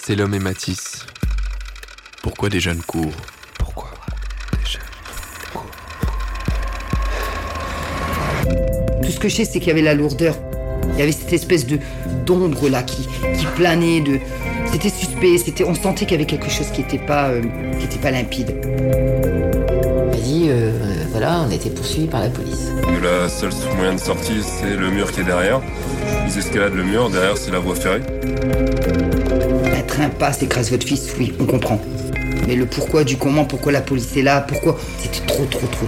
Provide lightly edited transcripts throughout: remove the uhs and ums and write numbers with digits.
C'est l'homme et Matisse. Pourquoi des jeunes courent ? Pourquoi des jeunes courent ? Tout ce que je sais, c'est qu'il y avait la lourdeur. Il y avait cette espèce d'ombre là qui planait. C'était suspect. On sentait qu'il y avait quelque chose qui n'était pas limpide. On a dit, on a été poursuivis par la police. La seule moyen de sortie, c'est le mur qui est derrière. Ils escaladent le mur, derrière c'est la voie ferrée. Un train passe, écrase votre fils, oui, on comprend. Mais le pourquoi du comment, pourquoi la police est là, pourquoi, c'était trop.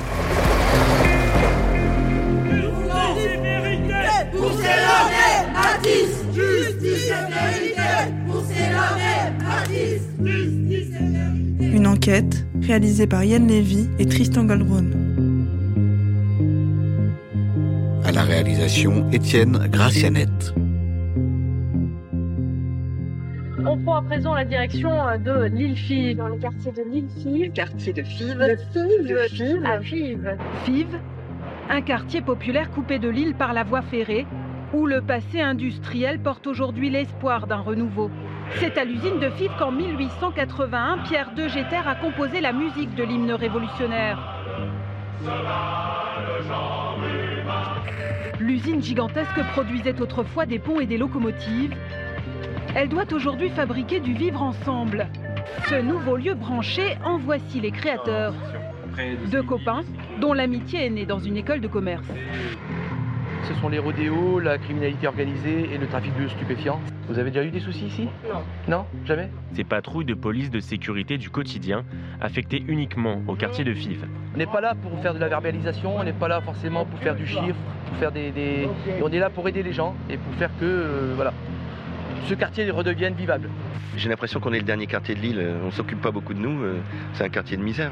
Une enquête réalisée par Yann Lévy et Tristan Goldbrun. À la réalisation, Étienne Gracianette. On prend à présent la direction de l'île-Five, dans le quartier de l'île-Five. Quartier de Five. De Five à Five. Five, un quartier populaire coupé de l'île par la voie ferrée, où le passé industriel porte aujourd'hui l'espoir d'un renouveau. C'est à l'usine de Five qu'en 1881, Pierre de Getter a composé la musique de l'hymne révolutionnaire. L'usine gigantesque produisait autrefois des ponts et des locomotives. Elle doit aujourd'hui fabriquer du vivre ensemble. Ce nouveau lieu branché, en voici les créateurs. Deux copains, dont l'amitié est née dans une école de commerce. Ce sont les rodéos, la criminalité organisée et le trafic de stupéfiants. Vous avez déjà eu des soucis ici ? Non. Non ? Jamais ? Ces patrouilles de police de sécurité du quotidien, affectées uniquement au quartier de Five. On n'est pas là pour faire de la verbalisation, on n'est pas là forcément pour faire du chiffre, pour faire des... On est là pour aider les gens et pour faire que, ce quartier redevienne vivable. J'ai l'impression qu'on est le dernier quartier de l'île, on ne s'occupe pas beaucoup de nous, c'est un quartier de misère.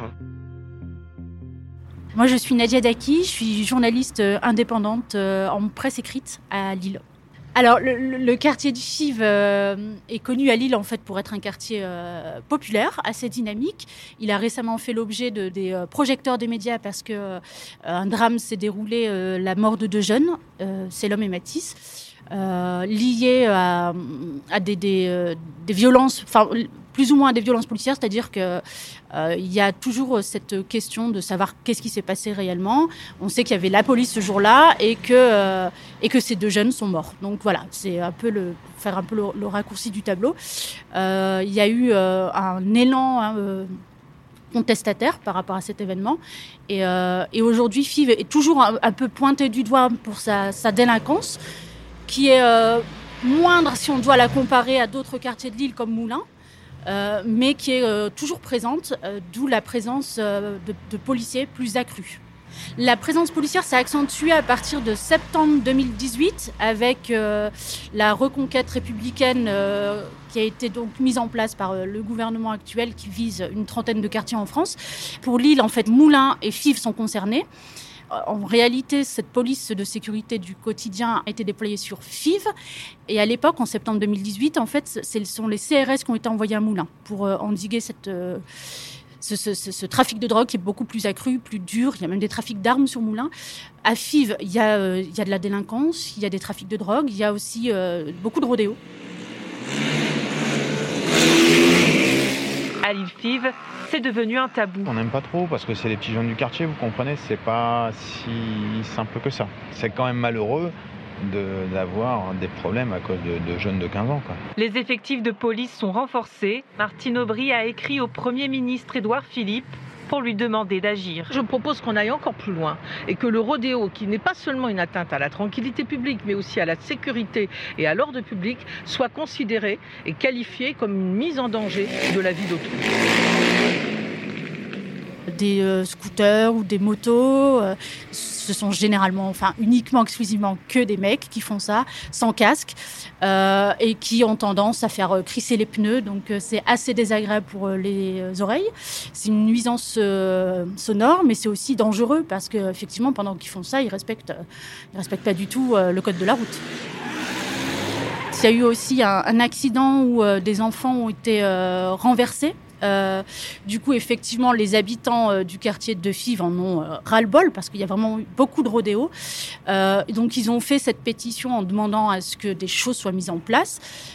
Moi, je suis Nadia Daki, je suis journaliste indépendante en presse écrite à Lille. Alors, le quartier de Five est connu à Lille en fait pour être un quartier populaire, assez dynamique. Il a récemment fait l'objet des projecteurs des médias parce que un drame s'est déroulé, la mort de deux jeunes, c'est l'homme et Matisse, liés à des violences, enfin plus ou moins à des violences policières, c'est-à-dire que il y a toujours cette question de savoir qu'est-ce qui s'est passé réellement. On sait qu'il y avait la police ce jour-là et que ces deux jeunes sont morts. Donc voilà, c'est un peu faire un peu le raccourci du tableau. Il y a eu un élan contestataire par rapport à cet événement. Et aujourd'hui, Five est toujours un peu pointé du doigt pour sa délinquance, qui est moindre si on doit la comparer à d'autres quartiers de Lille comme Moulins. Mais qui est toujours présente, d'où la présence de policiers plus accrue. La présence policière s'est accentuée à partir de septembre 2018 avec la reconquête républicaine qui a été donc mise en place par le gouvernement actuel qui vise une trentaine de quartiers en France. Pour Lille, en fait, Moulins et Five sont concernés. En réalité, cette police de sécurité du quotidien a été déployée sur Five. Et à l'époque, en septembre 2018, en fait, ce sont les CRS qui ont été envoyés à Moulins pour endiguer ce trafic de drogue qui est beaucoup plus accru, plus dur. Il y a même des trafics d'armes sur Moulins. À Five, il y a de la délinquance, il y a des trafics de drogue, il y a aussi beaucoup de rodéos. À l'île Five, c'est devenu un tabou. On n'aime pas trop parce que c'est les petits jeunes du quartier, vous comprenez, c'est pas si simple que ça. C'est quand même malheureux d'avoir des problèmes à cause de jeunes de 15 ans. Quoi. Les effectifs de police sont renforcés. Martine Aubry a écrit au Premier ministre Édouard Philippe pour lui demander d'agir. Je propose qu'on aille encore plus loin et que le rodéo, qui n'est pas seulement une atteinte à la tranquillité publique, mais aussi à la sécurité et à l'ordre public, soit considéré et qualifié comme une mise en danger de la vie d'autrui. Des scooters ou des motos, ce sont généralement, uniquement, exclusivement que des mecs qui font ça, sans casque, et qui ont tendance à faire crisser les pneus, donc c'est assez désagréable pour les oreilles. C'est une nuisance sonore, mais c'est aussi dangereux, parce qu'effectivement, pendant qu'ils font ça, ils respectent pas du tout le code de la route. Il y a eu aussi un accident où des enfants ont été renversés. Du coup, effectivement, les habitants du quartier de Five en ont ras-le-bol parce qu'il y a vraiment beaucoup de rodéos. Donc, ils ont fait cette pétition en demandant à ce que des choses soient mises en place.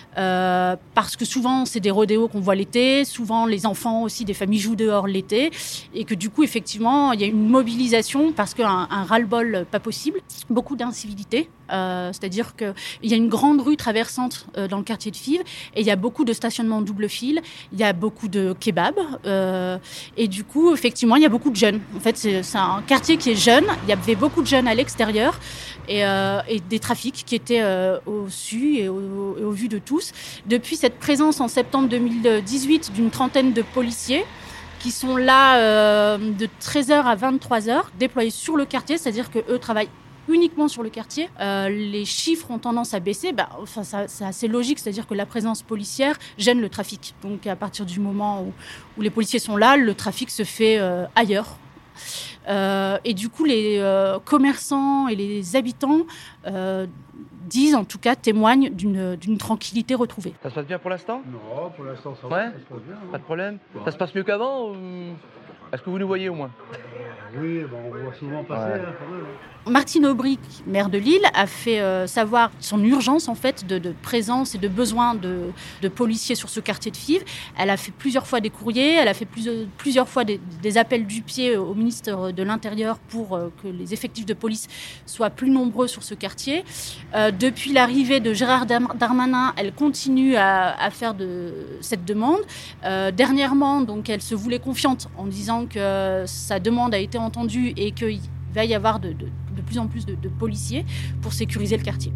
parce que souvent c'est des rodéos qu'on voit l'été, souvent les enfants aussi des familles jouent dehors l'été, et que du coup effectivement il y a une mobilisation parce qu'un ras-le-bol pas possible, beaucoup d'incivilité, c'est-à-dire qu'il y a une grande rue traversante dans le quartier de Fives et il y a beaucoup de stationnements double fil, il y a beaucoup de kebabs et du coup effectivement il y a beaucoup de jeunes. En fait c'est un quartier qui est jeune, il y avait beaucoup de jeunes à l'extérieur et des trafics qui étaient au su et au vu de tous. Depuis cette présence en septembre 2018 d'une trentaine de policiers qui sont là de 13h à 23h, déployés sur le quartier, c'est-à-dire qu'eux travaillent uniquement sur le quartier. Les chiffres ont tendance à baisser. C'est assez logique, c'est-à-dire que la présence policière gêne le trafic. Donc à partir du moment où les policiers sont là, le trafic se fait ailleurs. Et du coup, les commerçants et les habitants disent, en tout cas, témoignent d'une tranquillité retrouvée. Ça se passe bien pour l'instant ? Non, pour l'instant ça va, ouais, ça se passe bien. Pas de problème. Ça se passe mieux qu'avant ou... Est-ce que vous nous voyez au moins ? Oui, on voit souvent passer ouais. Quand même. Martine Aubry, maire de Lille, a fait savoir son urgence en fait de présence et de besoin de policiers sur ce quartier de Fives. Elle a fait plusieurs fois des courriers, elle a fait plusieurs fois des appels du pied au ministre de l'Intérieur pour que les effectifs de police soient plus nombreux sur ce quartier. Depuis l'arrivée de Gérald Darmanin, elle continue à faire cette demande. Dernièrement, donc, elle se voulait confiante en disant que sa demande a été entendue et qu'il va y avoir de plus en plus de policiers pour sécuriser le quartier.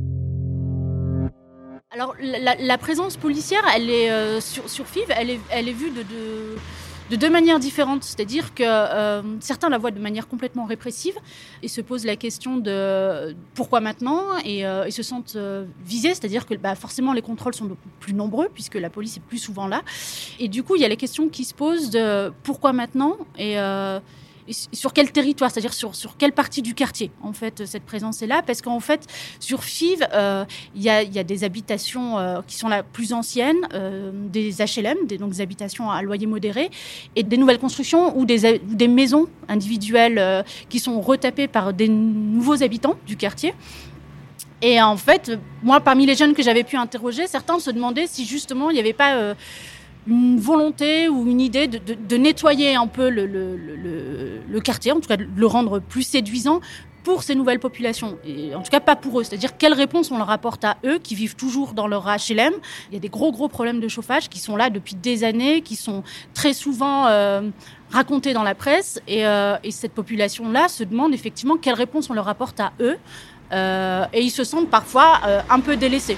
Alors, la présence policière, elle est sur Fives, elle est vue de deux manières différentes. C'est-à-dire que certains la voient de manière complètement répressive et se posent la question de pourquoi maintenant et se sentent visés. C'est-à-dire que forcément, les contrôles sont plus nombreux puisque la police est plus souvent là. Et du coup, il y a la question qui se pose de pourquoi maintenant et sur quel territoire, c'est-à-dire sur quelle partie du quartier, en fait, cette présence est là. Parce qu'en fait, sur Fives, il y a des habitations qui sont la plus anciennes, des HLM, donc des habitations à loyer modéré, et des nouvelles constructions ou des maisons individuelles qui sont retapées par des nouveaux habitants du quartier. Et en fait, moi, parmi les jeunes que j'avais pu interroger, certains se demandaient si justement il n'y avait pas... une volonté ou une idée de nettoyer un peu le quartier, en tout cas de le rendre plus séduisant pour ces nouvelles populations, et en tout cas pas pour eux. C'est-à-dire quelles réponses on leur apporte à eux qui vivent toujours dans leur HLM. Il y a des gros problèmes de chauffage qui sont là depuis des années, qui sont très souvent racontés dans la presse, et cette population-là se demande effectivement quelles réponses on leur apporte à eux, et ils se sentent parfois un peu délaissés.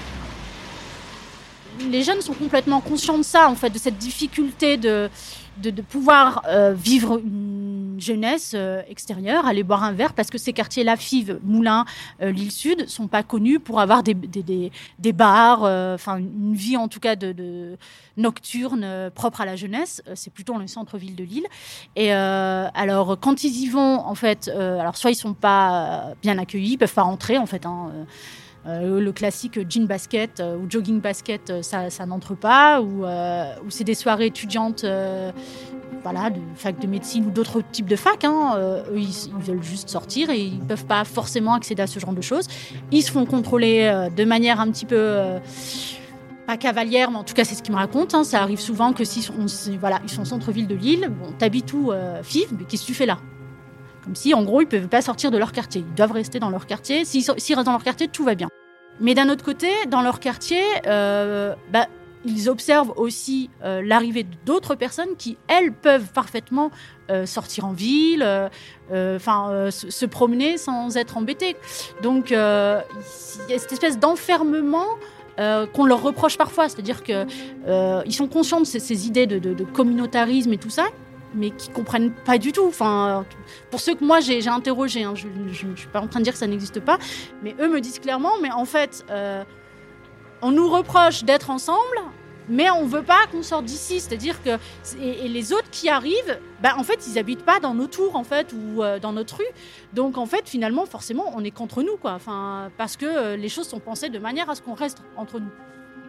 Les jeunes sont complètement conscients de ça, en fait, de cette difficulté de pouvoir vivre une jeunesse extérieure, aller boire un verre, parce que ces quartiers-là, Fives, Moulins, Lille Sud, sont pas connus pour avoir des bars, une vie en tout cas de nocturne propre à la jeunesse. C'est plutôt dans le centre-ville de Lille. Et alors, quand ils y vont, en fait, alors soit ils sont pas bien accueillis, ils peuvent pas rentrer, en fait. Le classique jean basket ou jogging basket, ça n'entre pas, ou c'est des soirées étudiantes de fac de médecine ou d'autres types de fac. Eux, ils veulent juste sortir et ils ne peuvent pas forcément accéder à ce genre de choses. Ils se font contrôler de manière un petit peu... pas cavalière, mais en tout cas, c'est ce qu'ils me racontent. Ça arrive souvent que ils sont au centre-ville de Lille. Bon, t'habites où, Fives, mais qu'est-ce que tu fais là ? Comme si, en gros, ils ne peuvent pas sortir de leur quartier. Ils doivent rester dans leur quartier. S'ils restent dans leur quartier, tout va bien. Mais d'un autre côté, dans leur quartier, ils observent aussi l'arrivée d'autres personnes qui, elles, peuvent parfaitement sortir en ville, se promener sans être embêtées. Donc, il y a cette espèce d'enfermement qu'on leur reproche parfois. C'est-à-dire qu'ils sont conscients de ces idées de communautarisme et tout ça, mais qui ne comprennent pas du tout. Pour ceux que moi j'ai interrogés, je ne suis pas en train de dire que ça n'existe pas, mais eux me disent clairement, mais en fait, on nous reproche d'être ensemble, mais on ne veut pas qu'on sorte d'ici. C'est-à-dire que et les autres qui arrivent, en fait, ils n'habitent pas dans nos tours, en fait, ou dans notre rue. Donc, en fait, finalement, forcément, on est contre nous, quoi. Parce que les choses sont pensées de manière à ce qu'on reste entre nous.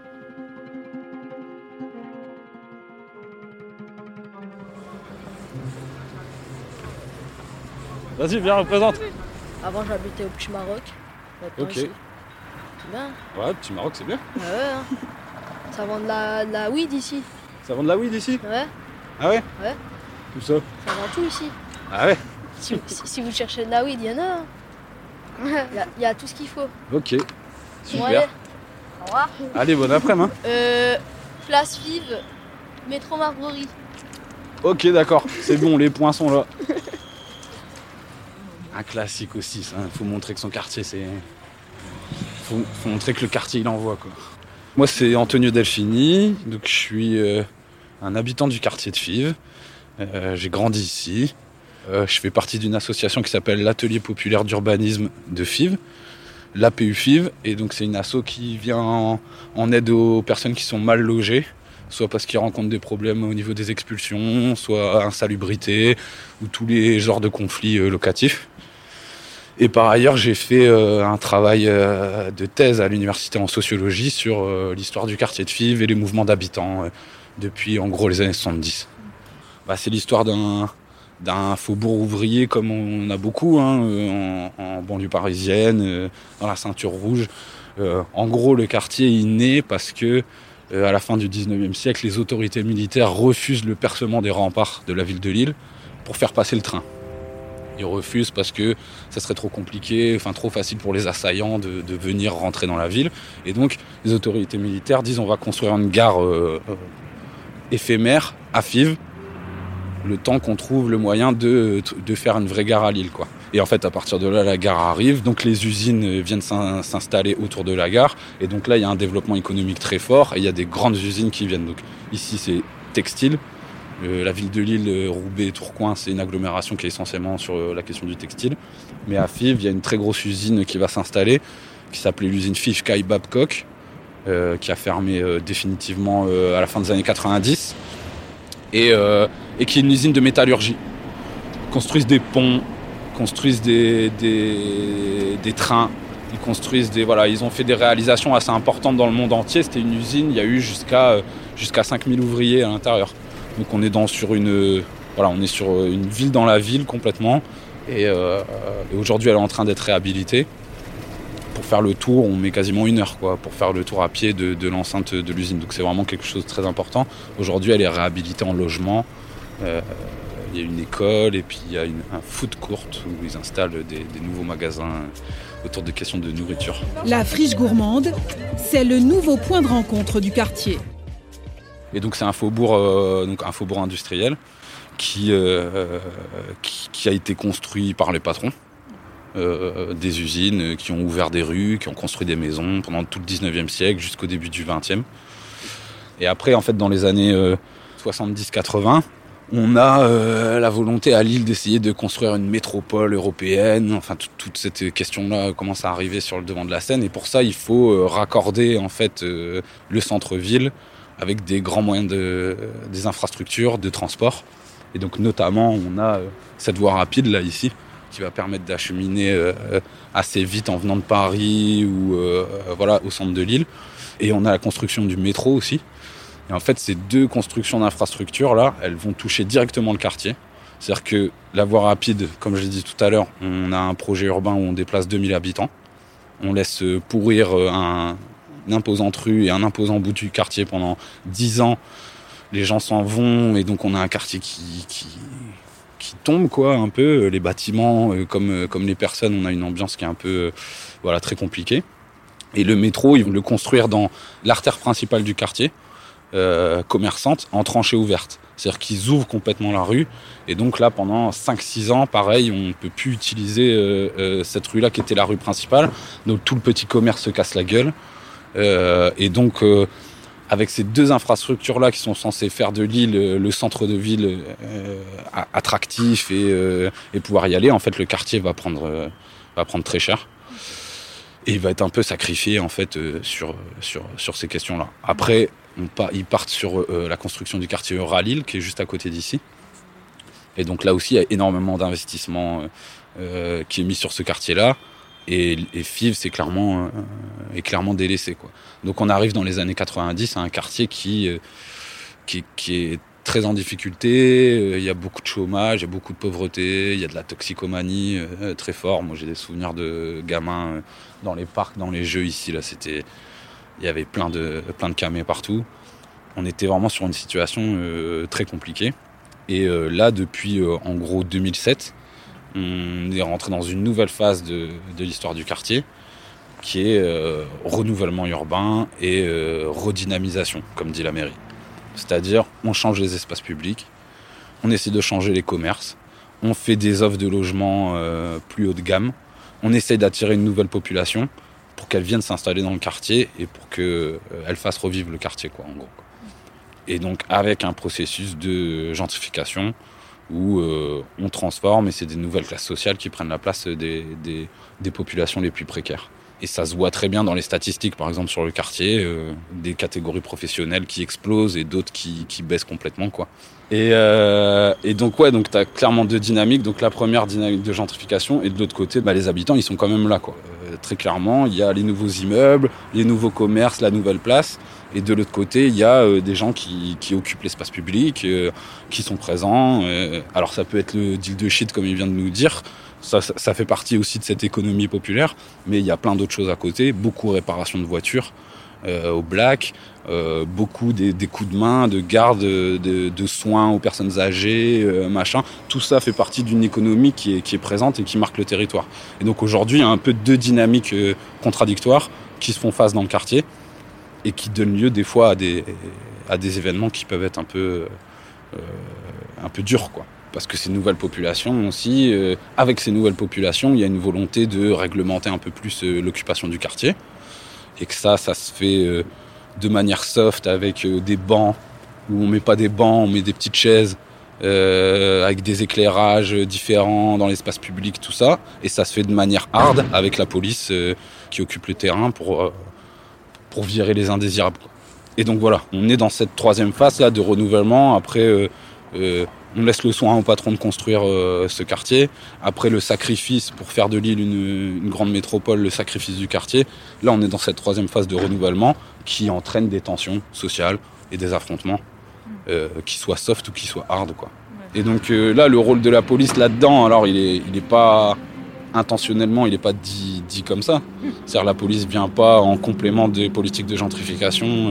Vas-y, viens, représente. Avant, j'habitais au Petit Maroc. Ok. C'est bien. Ouais, Petit Maroc, c'est bien. Ouais. Ça vend de la weed ici. Ça vend de la weed ici? Ouais. Ah ouais? Ouais. Où ça? Ça vend tout ici. Ah ouais? Si vous cherchez de la weed, il y en a. Il y a tout ce qu'il faut. Ok, super. Bon, allez. Au revoir. Allez, bon après-midi. Place Vive, métro Marbrerie. Ok, d'accord, c'est bon, les points sont là. Un classique aussi, ça. Faut montrer que son quartier, c'est... Faut montrer que le quartier, il envoie, quoi. Moi, c'est Antonio Delfini, donc je suis un habitant du quartier de Fives. J'ai grandi ici. Je fais partie d'une association qui s'appelle l'Atelier populaire d'urbanisme de Fives, l'APU Fives, et donc c'est une asso qui vient en aide aux personnes qui sont mal logées, soit parce qu'ils rencontrent des problèmes au niveau des expulsions, soit insalubrité, ou tous les genres de conflits locatifs. Et par ailleurs, j'ai fait un travail de thèse à l'université en sociologie sur l'histoire du quartier de Fives et les mouvements d'habitants depuis en gros les années 70. C'est l'histoire d'un faubourg ouvrier comme on a beaucoup en banlieue parisienne, dans la ceinture rouge. En gros, le quartier est né parce que à la fin du 19e siècle, les autorités militaires refusent le percement des remparts de la ville de Lille pour faire passer le train. Ils refusent parce que ça serait trop compliqué, trop facile pour les assaillants de venir rentrer dans la ville. Et donc, les autorités militaires disent on va construire une gare éphémère à Fives, le temps qu'on trouve le moyen de faire une vraie gare à Lille, quoi. Et en fait, à partir de là, la gare arrive, donc les usines viennent s'installer autour de la gare, et donc là, il y a un développement économique très fort, et il y a des grandes usines qui viennent. Donc ici, c'est textile. La ville de Lille, Roubaix, Tourcoing, c'est une agglomération qui est essentiellement sur la question du textile. Mais à Fives, il y a une très grosse usine qui va s'installer, qui s'appelait l'usine Fives-Caille Babcock, qui a fermé définitivement à la fin des années 90. Et qui est une usine de métallurgie. Ils construisent des ponts, construisent des trains, ils ont fait des réalisations assez importantes dans le monde entier. C'était une usine, il y a eu jusqu'à 5000 ouvriers à l'intérieur. Donc on est sur une ville dans la ville complètement. Et aujourd'hui, elle est en train d'être réhabilitée. Pour faire le tour, on met quasiment 1 heure, quoi, pour faire le tour à pied de l'enceinte de l'usine. Donc c'est vraiment quelque chose de très important. Aujourd'hui, elle est réhabilitée en logement. Il y a une école et puis il y a un food court où ils installent des nouveaux magasins autour de questions de nourriture. La friche gourmande, c'est le nouveau point de rencontre du quartier. Et donc c'est un faubourg industriel qui a été construit par les patrons. Des usines qui ont ouvert des rues, qui ont construit des maisons pendant tout le 19e siècle jusqu'au début du 20e. Et après, en fait, dans les années 70-80, on a la volonté à Lille d'essayer de construire une métropole européenne. Toute cette question-là commence à arriver sur le devant de la scène. Et pour ça, il faut raccorder en fait le centre-ville avec des grands moyens des infrastructures, de transport. Et donc, notamment, on a cette voie rapide là ici, qui va permettre d'acheminer assez vite en venant de Paris ou au centre de Lille. Et on a la construction du métro aussi. Et en fait, ces deux constructions d'infrastructures là, elles vont toucher directement le quartier. C'est-à-dire que la voie rapide, comme je l'ai dit tout à l'heure, on a un projet urbain où on déplace 2000 habitants. On laisse pourrir une imposante rue et un imposant bout du quartier pendant 10 ans. Les gens s'en vont et donc on a un quartier qui tombe, quoi, un peu. Les bâtiments, comme les personnes, on a une ambiance qui est un peu très compliquée. Et le métro, ils vont le construire dans l'artère principale du quartier, commerçante, en tranchée ouverte. C'est-à-dire qu'ils ouvrent complètement la rue. Et donc là, pendant 5-6 ans, pareil, on ne peut plus utiliser cette rue-là qui était la rue principale. Donc tout le petit commerce se casse la gueule. Et donc... avec ces deux infrastructures-là qui sont censées faire de Lille le centre de ville attractif et pouvoir y aller, en fait, le quartier va prendre très cher. Et il va être un peu sacrifié, en fait, sur ces questions-là. Après, ils partent sur la construction du quartier Euralille, qui est juste à côté d'ici. Et donc là aussi, il y a énormément d'investissements qui est mis sur ce quartier-là. Et Fives c'est clairement délaissé, quoi. Donc on arrive dans les années 90 à un quartier qui est très en difficulté. Il y a beaucoup de chômage, il y a beaucoup de pauvreté, il y a de la toxicomanie très fort. Moi j'ai des souvenirs de gamins dans les parcs, dans les jeux ici. Là, c'était Il y avait plein de camés partout. On était vraiment sur une situation très compliquée. Et là, depuis en gros 2007, on est rentré dans une nouvelle phase de l'histoire du quartier, qui est renouvellement urbain et redynamisation, comme dit la mairie. C'est-à-dire, on change les espaces publics, on essaie de changer les commerces, on fait des offres de logement plus haut de gamme, on essaie d'attirer une nouvelle population pour qu'elle vienne s'installer dans le quartier et pour qu'elle fasse revivre le quartier, quoi, en gros. Et donc, avec un processus de gentrification où on transforme et c'est des nouvelles classes sociales qui prennent la place des populations les plus précaires. Et ça se voit très bien dans les statistiques, par exemple sur le quartier, des catégories professionnelles qui explosent et d'autres qui baissent complètement, quoi. Et donc ouais, donc t'as clairement deux dynamiques. Donc la première dynamique de gentrification et de l'autre côté, les habitants ils sont quand même là, quoi. Très clairement, il y a les nouveaux immeubles, les nouveaux commerces, la nouvelle place. Et de l'autre côté, il y a des gens qui occupent l'espace public, qui sont présents. Alors ça peut être le deal de shit comme il vient de nous dire. Ça fait partie aussi de cette économie populaire, mais il y a plein d'autres choses à côté, beaucoup de réparation de voitures au black, beaucoup des coups de main, de garde, de soins aux personnes âgées, machin. Tout ça fait partie d'une économie qui est présente et qui marque le territoire. Et donc aujourd'hui, il y a un peu deux dynamiques contradictoires qui se font face dans le quartier et qui donnent lieu des fois à des événements qui peuvent être un peu durs, quoi. Parce que ces nouvelles populations aussi, avec ces nouvelles populations, il y a une volonté de réglementer un peu plus l'occupation du quartier. Et que ça se fait de manière soft avec des bancs, où on met pas des bancs, on met des petites chaises, avec des éclairages différents dans l'espace public, tout ça. Et ça se fait de manière hard avec la police qui occupe le terrain pour virer les indésirables, quoi. Et donc voilà, on est dans cette troisième phase là de renouvellement. Après, on laisse le soin au patron de construire ce quartier. Après le sacrifice pour faire de Lille une grande métropole, le sacrifice du quartier. Là, on est dans cette troisième phase de renouvellement qui entraîne des tensions sociales et des affrontements, qui soient soft ou qui soient hard, quoi. Et donc là, le rôle de la police là-dedans, alors il est pas intentionnellement, il est pas dit comme ça. C'est-à-dire la police vient pas en complément des politiques de gentrification,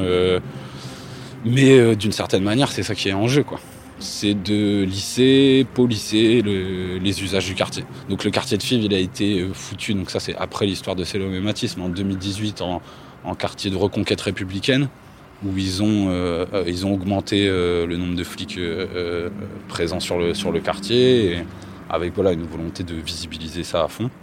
mais d'une certaine manière, c'est ça qui est en jeu, quoi. C'est de lisser, polisser les usages du quartier. Donc le quartier de Fives, il a été foutu, donc ça c'est après l'histoire de Selomé Matisse, mais en 2018 en quartier de reconquête républicaine, où ils ont augmenté le nombre de flics présents sur le quartier, et avec voilà une volonté de visibiliser ça à fond.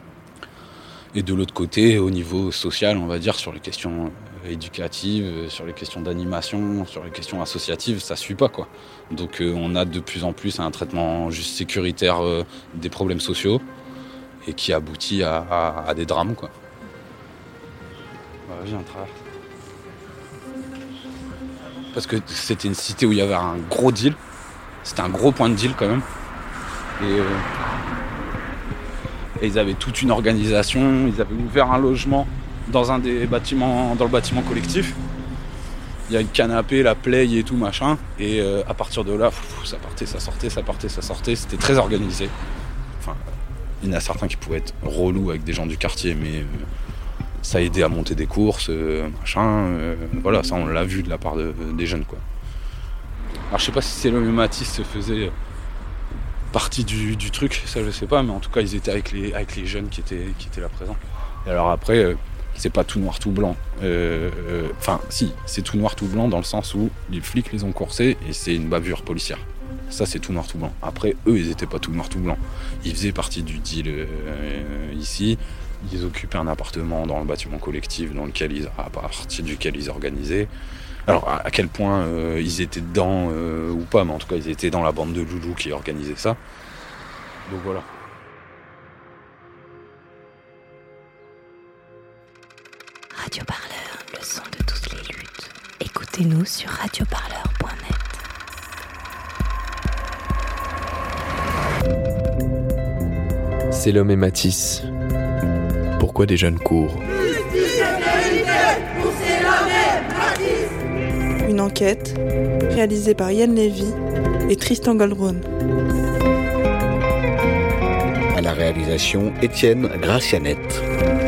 Et de l'autre côté, au niveau social, on va dire, sur les questions éducatives, sur les questions d'animation, sur les questions associatives, ça suit pas, quoi. Donc on a de plus en plus un traitement juste sécuritaire des problèmes sociaux et qui aboutit à des drames, quoi. Viens, traverse. Parce que c'était une cité où il y avait un gros deal, c'était un gros point de deal quand même. Et ils avaient toute une organisation, ils avaient ouvert un logement dans un des bâtiments, dans le bâtiment collectif. Il y a le canapé, la play et tout machin. Et à partir de là, ça partait, ça sortait, ça partait, ça sortait. C'était très organisé. Enfin, il y en a certains qui pouvaient être relous avec des gens du quartier, mais ça a aidé à monter des courses, machin. Voilà, ça on l'a vu de la part des jeunes, quoi. Alors je sais pas si Selomé Matisse se faisait partie du truc, ça je sais pas, mais en tout cas ils étaient avec les jeunes qui étaient là présents. Et alors après, c'est pas tout noir tout blanc. Enfin si, c'est tout noir tout blanc dans le sens où les flics les ont coursés et c'est une bavure policière. Ça c'est tout noir tout blanc. Après eux ils étaient pas tout noir tout blanc. Ils faisaient partie du deal ici. Ils occupaient un appartement dans le bâtiment collectif à partir duquel ils organisaient. Alors à quel point ils étaient dedans ou pas, mais en tout cas ils étaient dans la bande de loulous qui organisait ça. Donc voilà. Radio Parleur, le son de toutes les luttes. Écoutez-nous sur radioparleur.net. Selomé Matisse. Pourquoi des jeunes courent? Une enquête réalisée par Yann Lévy et Tristan Goldron. À la réalisation, Étienne Gracianette.